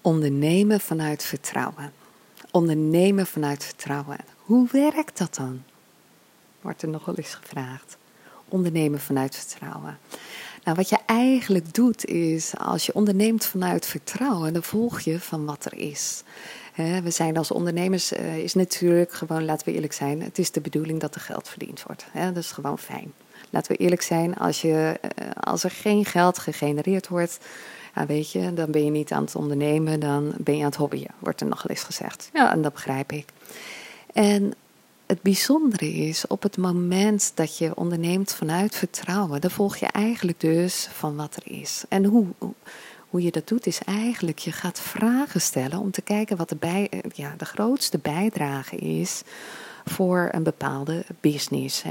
Ondernemen vanuit vertrouwen. Ondernemen vanuit vertrouwen. Hoe werkt dat dan? Wordt er nog wel eens gevraagd. Ondernemen vanuit vertrouwen. Nou, wat je eigenlijk doet is, als je onderneemt vanuit vertrouwen, dan volg je van wat er is. We zijn als ondernemers, is natuurlijk gewoon, laten we eerlijk zijn, het is de bedoeling dat er geld verdiend wordt. Dat is gewoon fijn. Laten we eerlijk zijn, als er geen geld gegenereerd wordt, weet je, dan ben je niet aan het ondernemen, dan ben je aan het hobbyen, wordt er nog wel eens gezegd. Ja, en dat begrijp ik. En het bijzondere is, op het moment dat je onderneemt vanuit vertrouwen, dan volg je eigenlijk dus van wat er is. En hoe je dat doet is eigenlijk, je gaat vragen stellen om te kijken wat de grootste bijdrage is voor een bepaalde business.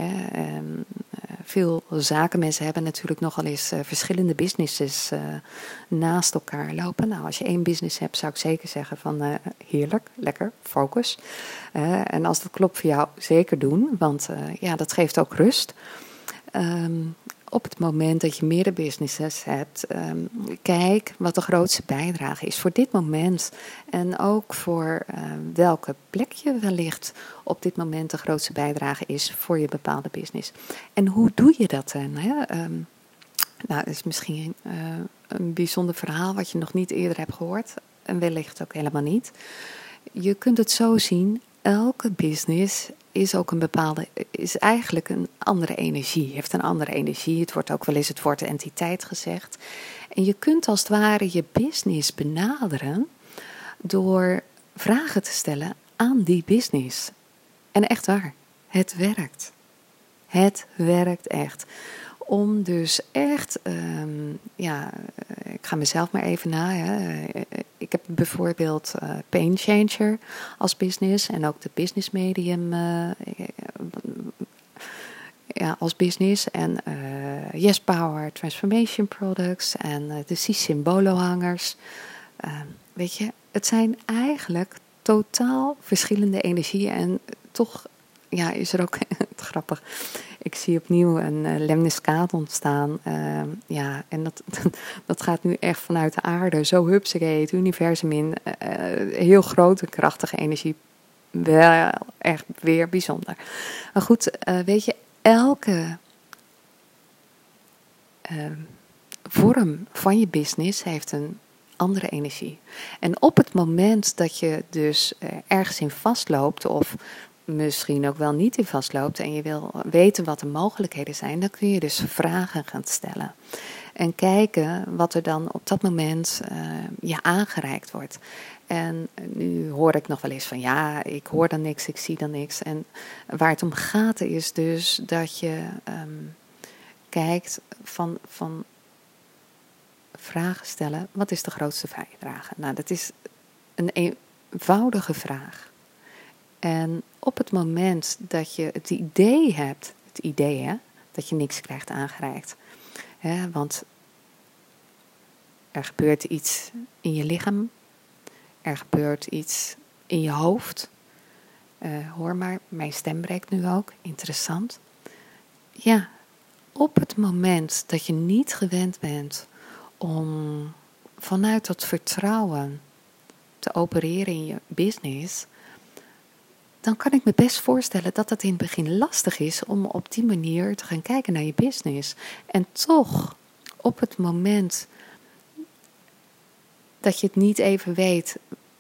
Veel zakenmensen hebben natuurlijk nogal eens verschillende businesses naast elkaar lopen. Nou, als je één business hebt, zou ik zeker zeggen van heerlijk, lekker, focus. En als dat klopt voor jou, zeker doen, want dat geeft ook rust. Op het moment dat je meerdere businesses hebt, kijk wat de grootste bijdrage is voor dit moment. En ook voor welke plek je wellicht op dit moment de grootste bijdrage is voor je bepaalde business. En hoe doe je dat dan? Dat is misschien een bijzonder verhaal wat je nog niet eerder hebt gehoord. En wellicht ook helemaal niet. Je kunt het zo zien. Elke business is eigenlijk een andere energie, heeft een andere energie. Het wordt ook wel eens het woord entiteit gezegd. En je kunt als het ware je business benaderen door vragen te stellen aan die business. En echt waar, het werkt. Het werkt echt. Om dus echt, ik ga mezelf maar even na. Ik heb bijvoorbeeld Pain Changer als business en ook de Business Medium als business. En Yes Power Transformation Products en de C-Symbolo hangers. Weet je, het zijn eigenlijk totaal verschillende energieën en toch is er ook grappig. Ik zie opnieuw een lemniscaat ontstaan. En dat gaat nu echt vanuit de aarde. Zo hupsakee, het universum in. Heel grote, krachtige energie. Wel echt weer bijzonder. Maar goed, weet je, elke vorm van je business heeft een andere energie. En op het moment dat je dus ergens in vastloopt of misschien ook wel niet in vastloopt en je wil weten wat de mogelijkheden zijn, dan kun je dus vragen gaan stellen. En kijken wat er dan op dat moment je aangereikt wordt. En nu hoor ik nog wel eens van ik hoor dan niks, ik zie dan niks. En waar het om gaat is dus dat je kijkt van vragen stellen. Wat is de grootste bijdrage? Nou, dat is een eenvoudige vraag. En op het moment dat je het idee hebt, dat je niks krijgt aangereikt. Want er gebeurt iets in je lichaam. Er gebeurt iets in je hoofd. Hoor maar, mijn stem breekt nu ook. Interessant. Ja, op het moment dat je niet gewend bent om vanuit dat vertrouwen te opereren in je business, dan kan ik me best voorstellen dat het in het begin lastig is om op die manier te gaan kijken naar je business. En toch, op het moment dat je het niet even weet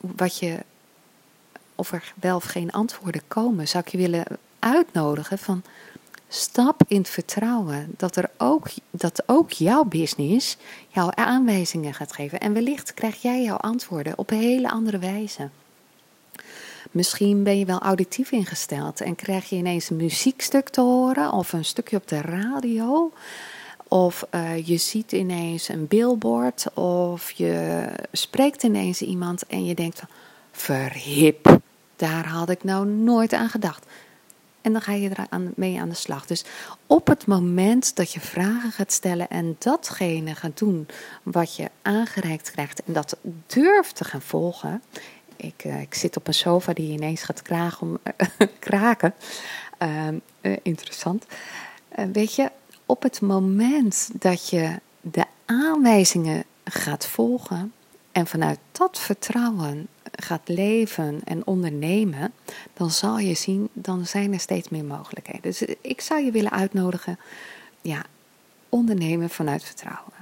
of er wel of geen antwoorden komen, zou ik je willen uitnodigen van stap in het vertrouwen dat ook jouw business jouw aanwijzingen gaat geven. En wellicht krijg jij jouw antwoorden op een hele andere wijze. Misschien ben je wel auditief ingesteld en krijg je ineens een muziekstuk te horen of een stukje op de radio. Of je ziet ineens een billboard of je spreekt ineens iemand en je denkt van verhip, daar had ik nou nooit aan gedacht. En dan ga je mee aan de slag. Dus op het moment dat je vragen gaat stellen en datgene gaat doen wat je aangereikt krijgt en dat durft te gaan volgen. Ik zit op een sofa die ineens gaat kraken. Interessant. Weet je, op het moment dat je de aanwijzingen gaat volgen en vanuit dat vertrouwen gaat leven en ondernemen, dan zal je zien, dan zijn er steeds meer mogelijkheden. Dus ik zou je willen uitnodigen, ondernemen vanuit vertrouwen.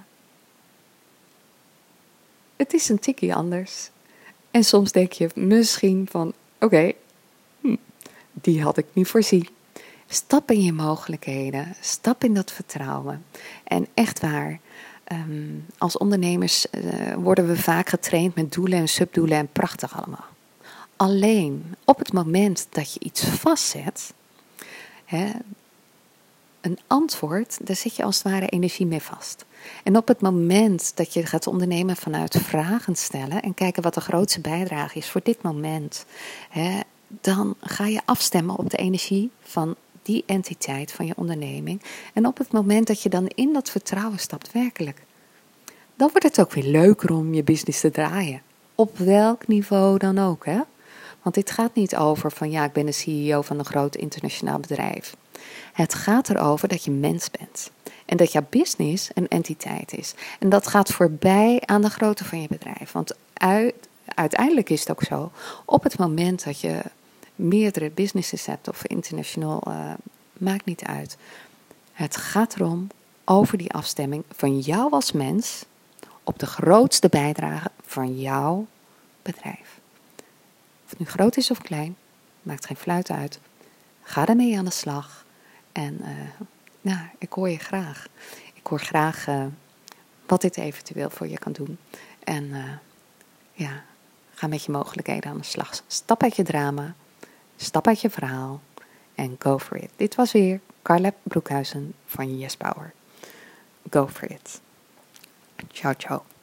Het is een tikkie anders. En soms denk je misschien van, oké, die had ik niet voorzien. Stap in je mogelijkheden, stap in dat vertrouwen. En echt waar, als ondernemers worden we vaak getraind met doelen en subdoelen en prachtig allemaal. Alleen op het moment dat je iets vastzet, een antwoord, daar zit je als het ware energie mee vast. En op het moment dat je gaat ondernemen vanuit vragen stellen en kijken wat de grootste bijdrage is voor dit moment, dan ga je afstemmen op de energie van die entiteit van je onderneming. En op het moment dat je dan in dat vertrouwen stapt, werkelijk, dan wordt het ook weer leuker om je business te draaien. Op welk niveau dan ook, hè? Want dit gaat niet over van ik ben de CEO van een groot internationaal bedrijf. Het gaat erover dat je mens bent. En dat jouw business een entiteit is. En dat gaat voorbij aan de grootte van je bedrijf. Want uiteindelijk is het ook zo. Op het moment dat je meerdere businesses hebt of internationaal, maakt niet uit. Het gaat erom over die afstemming van jou als mens op de grootste bijdrage van jouw bedrijf. Of het nu groot is of klein, maakt geen fluit uit. Ga daarmee aan de slag. En ik hoor je graag. Ik hoor graag wat dit eventueel voor je kan doen. En ga met je mogelijkheden aan de slag. Stap uit je drama. Stap uit je verhaal. En go for it. Dit was weer Carla Broekhuizen van Yes Power. Go for it. Ciao, ciao.